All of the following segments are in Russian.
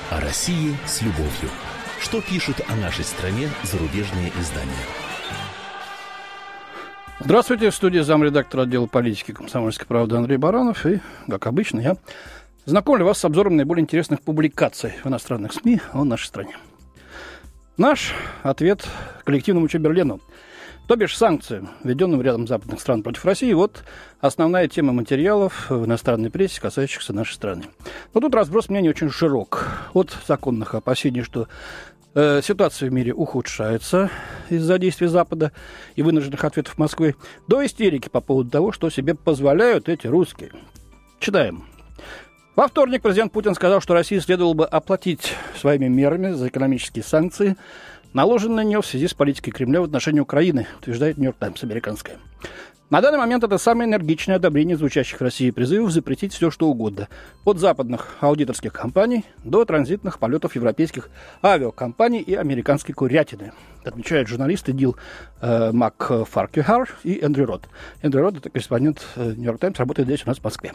О России с любовью. Что пишут о нашей стране зарубежные издания? Здравствуйте, в студии замредактора отдела политики «Комсомольской правды» Андрей Баранов. И, как обычно, я знакомлю вас с обзором наиболее интересных публикаций в иностранных СМИ о нашей стране. Наш ответ коллективному Чемберлену, то бишь санкциям, введенным рядом западных стран против России. Вот основная тема материалов в иностранной прессе, касающихся нашей страны. Но тут разброс мнений очень широк. От законных опасений, что ситуация в мире ухудшается из-за действий Запада и вынужденных ответов Москвы, до истерики по поводу того, что себе позволяют эти русские. Читаем. Во вторник президент Путин сказал, что России следовало бы оплатить своими мерами за экономические санкции, наложенные на нее в связи с политикой Кремля в отношении Украины, утверждает «Нью-Йорк Таймс» американская. На данный момент это самое энергичное одобрение звучащих в России призывов запретить все, что угодно. От западных аудиторских компаний до транзитных полетов европейских авиакомпаний и американской курятины, отмечают журналисты Дил Макфаркюхар и Эндрю Рот. Эндрю Рот, это корреспондент «Нью-Йорк Таймс», работает здесь у нас в Москве.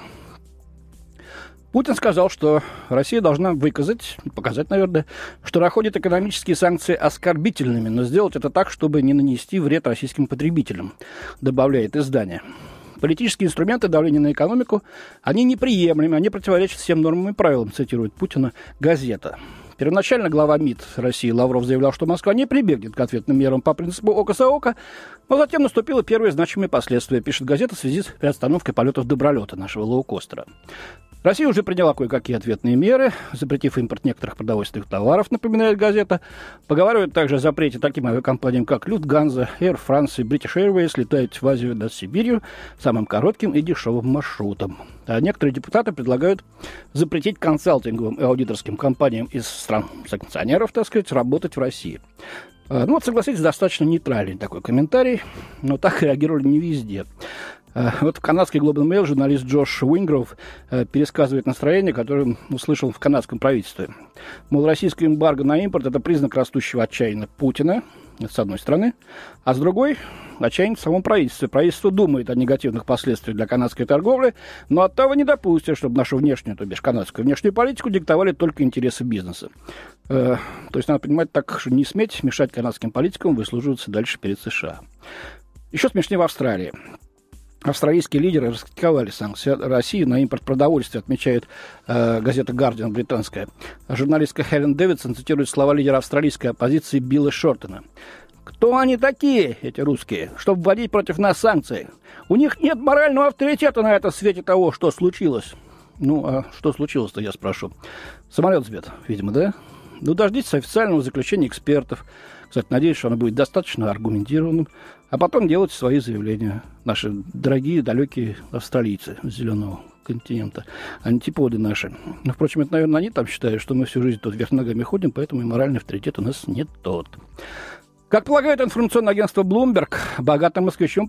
Путин сказал, что Россия должна показать, наверное, что находит экономические санкции оскорбительными, но сделать это так, чтобы не нанести вред российским потребителям, добавляет издание. Политические инструменты давления на экономику, они неприемлемы, они противоречат всем нормам и правилам, цитирует Путина газета. Первоначально глава МИД России Лавров заявлял, что Москва не прибегнет к ответным мерам по принципу «око за око», но затем наступило первые значимые последствия, пишет газета, в связи с приостановкой полетов добролета нашего лоукостера. Россия уже приняла кое-какие ответные меры, запретив импорт некоторых продовольственных товаров, напоминает газета. Поговаривают также о запрете таким авиакомпаниям, как Люфтганза, Air France и British Airways летать в Азию над Сибирью самым коротким и дешевым маршрутом. А некоторые депутаты предлагают запретить консалтинговым и аудиторским компаниям из стран-санкционеров, работать в России. Согласитесь, достаточно нейтральный такой комментарий, но так реагировали не везде. Вот в канадский Global Mail журналист Джош Уингров пересказывает настроение, которое он услышал в канадском правительстве. Мол, российское эмбарго на импорт – это признак растущего отчаяния Путина, с одной стороны, а с другой – отчаяние в самом правительстве. Правительство думает о негативных последствиях для канадской торговли, но оттого не допустит, чтобы нашу внешнюю, то бишь канадскую внешнюю политику диктовали только интересы бизнеса. То есть надо понимать так, что не сметь мешать канадским политикам выслуживаться дальше перед США. Еще смешнее в Австралии. Австралийские лидеры раскритиковали санкции России на импорт продовольствия, отмечает газета «Гардиан» британская. Журналистка Хелен Дэвидсон цитирует слова лидера австралийской оппозиции Билла Шортона. «Кто они такие, эти русские, чтобы вводить против нас санкции? У них нет морального авторитета на этом свете того, что случилось». А что случилось-то, я спрошу? Самолет сбит, видимо, да? Дождитесь официального заключения экспертов. Кстати, надеюсь, что оно будет достаточно аргументированным. А потом делать свои заявления. Наши дорогие, далекие австралийцы с зеленого континента. Антиподы наши. Но, впрочем, это, наверное, они там считают, что мы всю жизнь тут вверх ногами ходим, поэтому и моральный авторитет у нас не тот. Как полагает информационное агентство Bloomberg, богатым москвичам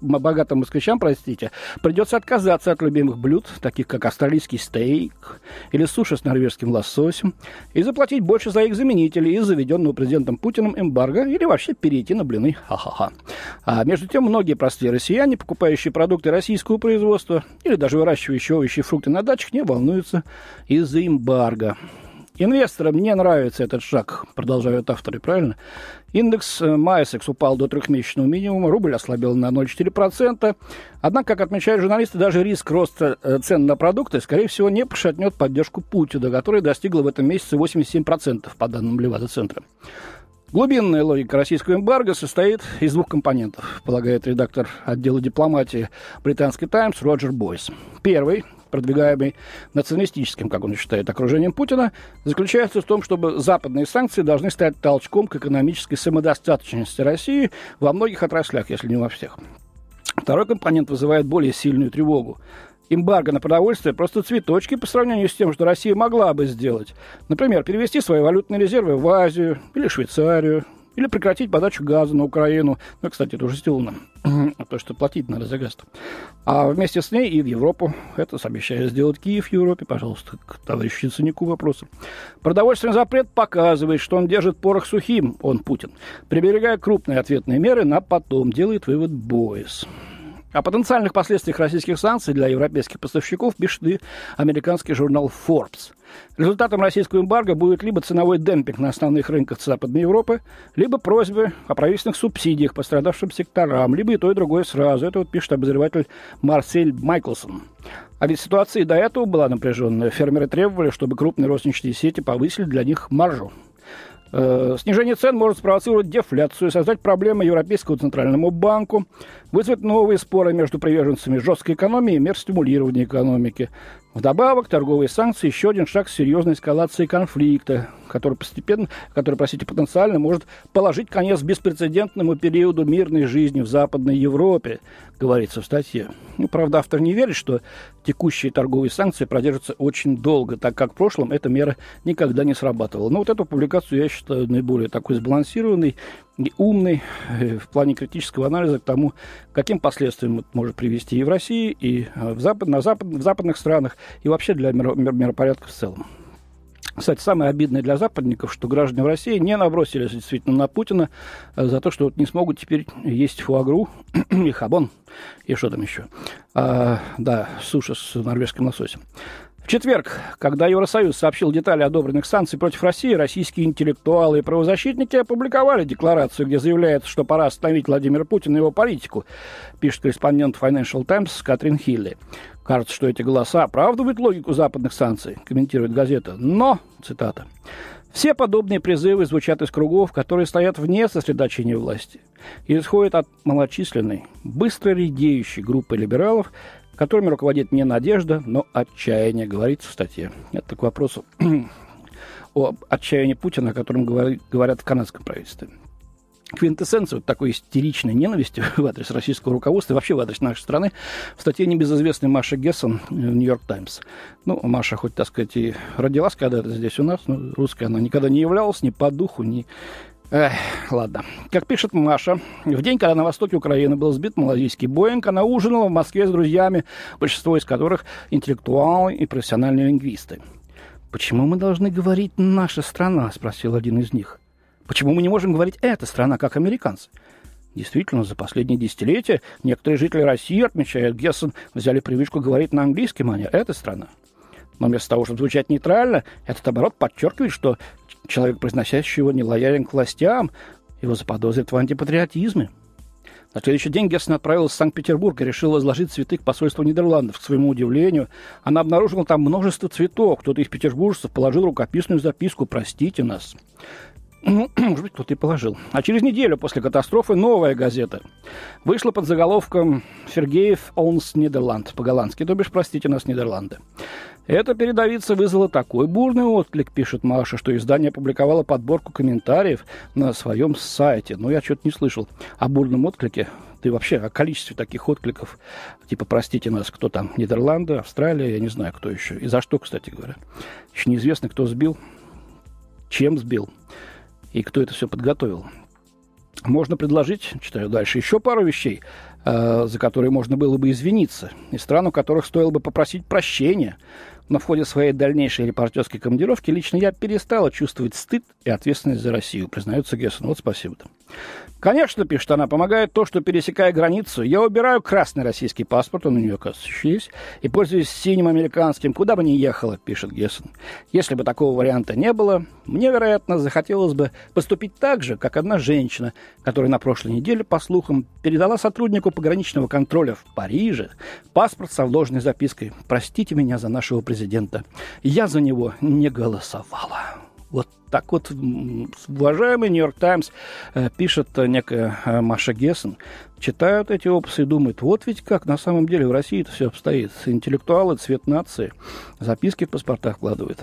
придется отказаться от любимых блюд, таких как австралийский стейк или суши с норвежским лососем, и заплатить больше за их заменители из заведенного президентом Путиным эмбарго или вообще перейти на блины. Ха-ха-ха. А между тем, многие простые россияне, покупающие продукты российского производства или даже выращивающие овощи и фрукты на дачах, не волнуются из-за эмбарго. Инвесторам не нравится этот шаг, продолжают авторы, правильно? Индекс Майсекс упал до трехмесячного минимума, рубль ослабел на 0,4%. Однако, как отмечают журналисты, даже риск роста цен на продукты, скорее всего, не пошатнет поддержку Путина, которая достигла в этом месяце 87%, по данным Левада-центра. Глубинная логика российского эмбарго состоит из двух компонентов, полагает редактор отдела дипломатии британской «Таймс» Роджер Бойс. Первый, продвигаемый националистическим, как он считает, окружением Путина, заключается в том, чтобы западные санкции должны стать толчком к экономической самодостаточности России во многих отраслях, если не во всех. Второй компонент вызывает более сильную тревогу. Эмбарго на продовольствие просто цветочки по сравнению с тем, что Россия могла бы сделать. Например, перевести свои валютные резервы в Азию или Швейцарию, или прекратить подачу газа на Украину. Кстати, это уже сделано. То, что платить надо за газ. А вместе с ней и в Европу. Это обещает сделать Киев в Европе. Пожалуйста, к товарищу Яценюку вопросы. Продовольственный запрет показывает, что он держит порох сухим, он, Путин, приберегая крупные ответные меры на потом, делает вывод Бойс. О потенциальных последствиях российских санкций для европейских поставщиков пишет и американский журнал Forbes. Результатом российского эмбарго будет либо ценовой демпинг на основных рынках Западной Европы, либо просьбы о правительственных субсидиях пострадавшим секторам, либо и то, и другое сразу. Это вот пишет обозреватель Марсель Майклсон. А ведь ситуация и до этого была напряженная. Фермеры требовали, чтобы крупные розничные сети повысили для них маржу. Снижение цен может спровоцировать дефляцию, создать проблемы Европейскому центральному банку, вызвать новые споры между приверженцами жесткой экономии и мер стимулирования экономики. Вдобавок, торговые санкции – еще один шаг к серьезной эскалации конфликта, который потенциально может положить конец беспрецедентному периоду мирной жизни в Западной Европе, говорится в статье. Правда, автор не верит, что текущие торговые санкции продержатся очень долго, так как в прошлом эта мера никогда не срабатывала. Но вот эту публикацию я считаю наиболее такой сбалансированной и умной в плане критического анализа к тому, каким последствиям это может привести и в России, и в западных странах, и вообще для миропорядка в целом. Кстати, самое обидное для западников, что граждане в России не набросились действительно на Путина за то, что вот не смогут теперь есть фуагру и хабон, и что там еще. Суши с норвежским лососем. В четверг, когда Евросоюз сообщил детали одобренных санкций против России, российские интеллектуалы и правозащитники опубликовали декларацию, где заявляется, что пора остановить Владимира Путина и его политику, пишет корреспондент Financial Times Катрин Хилли. Кажется, что эти голоса оправдывают логику западных санкций, комментирует газета. Но, цитата, «все подобные призывы звучат из кругов, которые стоят вне сосредоточения власти и исходят от малочисленной, быстро редеющей группы либералов, которыми руководит не надежда, но отчаяние», говорится в статье. Это к вопросу о отчаянии Путина, о котором говорят в канадском правительстве. Квинтэссенция вот такой истеричной ненависти в адрес российского руководства и вообще в адрес нашей страны в статье небезызвестной Маши Гессон в «Нью-Йорк Таймс». Маша, хоть, так сказать, и родилась когда-то здесь у нас, но русской она никогда не являлась ни по духу, ни... Ладно. Как пишет Маша, в день, когда на востоке Украины был сбит малазийский Боинг, она ужинала в Москве с друзьями, большинство из которых интеллектуалы и профессиональные лингвисты. «Почему мы должны говорить «наша страна»?» – спросил один из них. «Почему мы не можем говорить «эта страна», как американцы?» Действительно, за последние десятилетия некоторые жители России, отмечает Гессен, взяли привычку говорить на английском, а не «эта страна». Но вместо того, чтобы звучать нейтрально, этот оборот подчеркивает, что человек, произносящий его, не лоялен к властям, его заподозрят в антипатриотизме. На следующий день Гессен отправилась в Санкт-Петербург и решила возложить цветы к посольству Нидерландов. К своему удивлению, она обнаружила там множество цветов. Кто-то из петербуржцев положил рукописную записку «Простите нас». Может быть, кто-то и положил. А через неделю после катастрофы новая газета вышла под заголовком «Сергеев Онс Нидерланд», по-голландски, то бишь «Простите нас, Нидерланды». Эта передовица вызвала такой бурный отклик, пишет Маша, что издание опубликовало подборку комментариев на своем сайте. Я что-то не слышал о бурном отклике. Да и вообще о количестве таких откликов. Типа «Простите нас», кто там? Нидерланды, Австралия, я не знаю, кто еще. И за что, кстати говоря. Еще неизвестно, кто сбил, чем сбил и кто это все подготовил. Можно предложить, читаю дальше, еще пару вещей, за которые можно было бы извиниться, и стран, у которых стоило бы попросить прощения. Но в ходе своей дальнейшей репортерской командировки лично я перестала чувствовать стыд и ответственность за Россию, признается Гессен. Вот спасибо-то. Конечно, пишет она, помогает то, что, пересекая границу, я убираю красный российский паспорт, он у нее, оказывается, еще есть, и пользуюсь синим американским, куда бы ни ехала, пишет Гессен. Если бы такого варианта не было, мне, вероятно, захотелось бы поступить так же, как одна женщина, которая на прошлой неделе, по слухам, передала сотруднику пограничного контроля в Париже паспорт со вложенной запиской «Простите меня за нашего президента, я за него не голосовала». Вот так вот, уважаемый «Нью-Йорк Таймс», пишет некая Маша Гессен, читают эти опусы и думают, вот ведь как на самом деле в России это все обстоит. Интеллектуалы, цвет нации, записки в паспортах вкладывают.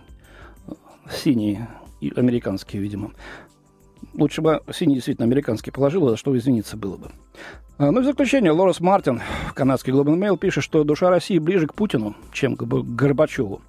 Синие, американские, видимо. Лучше бы синий действительно американский положил, за что извиниться было бы. Ну и в заключение, Лорес Мартин, канадский Global Mail, пишет, что душа России ближе к Путину, чем к Горбачеву.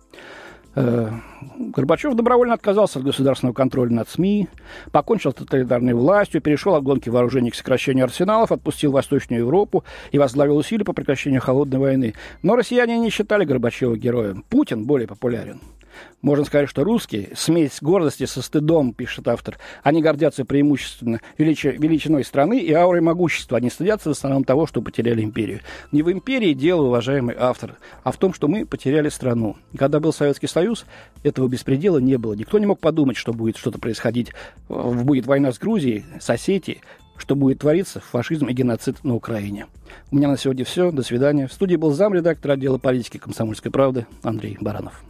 Горбачев добровольно отказался от государственного контроля над СМИ, покончил с тоталитарной властью, перешел от гонки вооружений к сокращению арсеналов, отпустил Восточную Европу и возглавил усилия по прекращению холодной войны. Но россияне не считали Горбачева героем. Путин более популярен. Можно сказать, что русские — смесь гордости со стыдом, пишет автор. Они гордятся преимущественно величиной страны и аурой могущества. Они стыдятся в основном того, что потеряли империю. Не в империи дело, уважаемый автор, а в том, что мы потеряли страну. Когда был Советский Союз, этого беспредела не было. Никто не мог подумать, что будет что-то происходить. Будет война с Грузией, с Осетией, что будет твориться фашизм и геноцид на Украине. У меня на сегодня все. До свидания. В студии был замредактор отдела политики «Комсомольской правды» Андрей Баранов.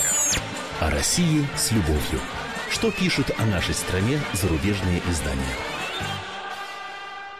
О России с любовью. Что пишут о нашей стране зарубежные издания?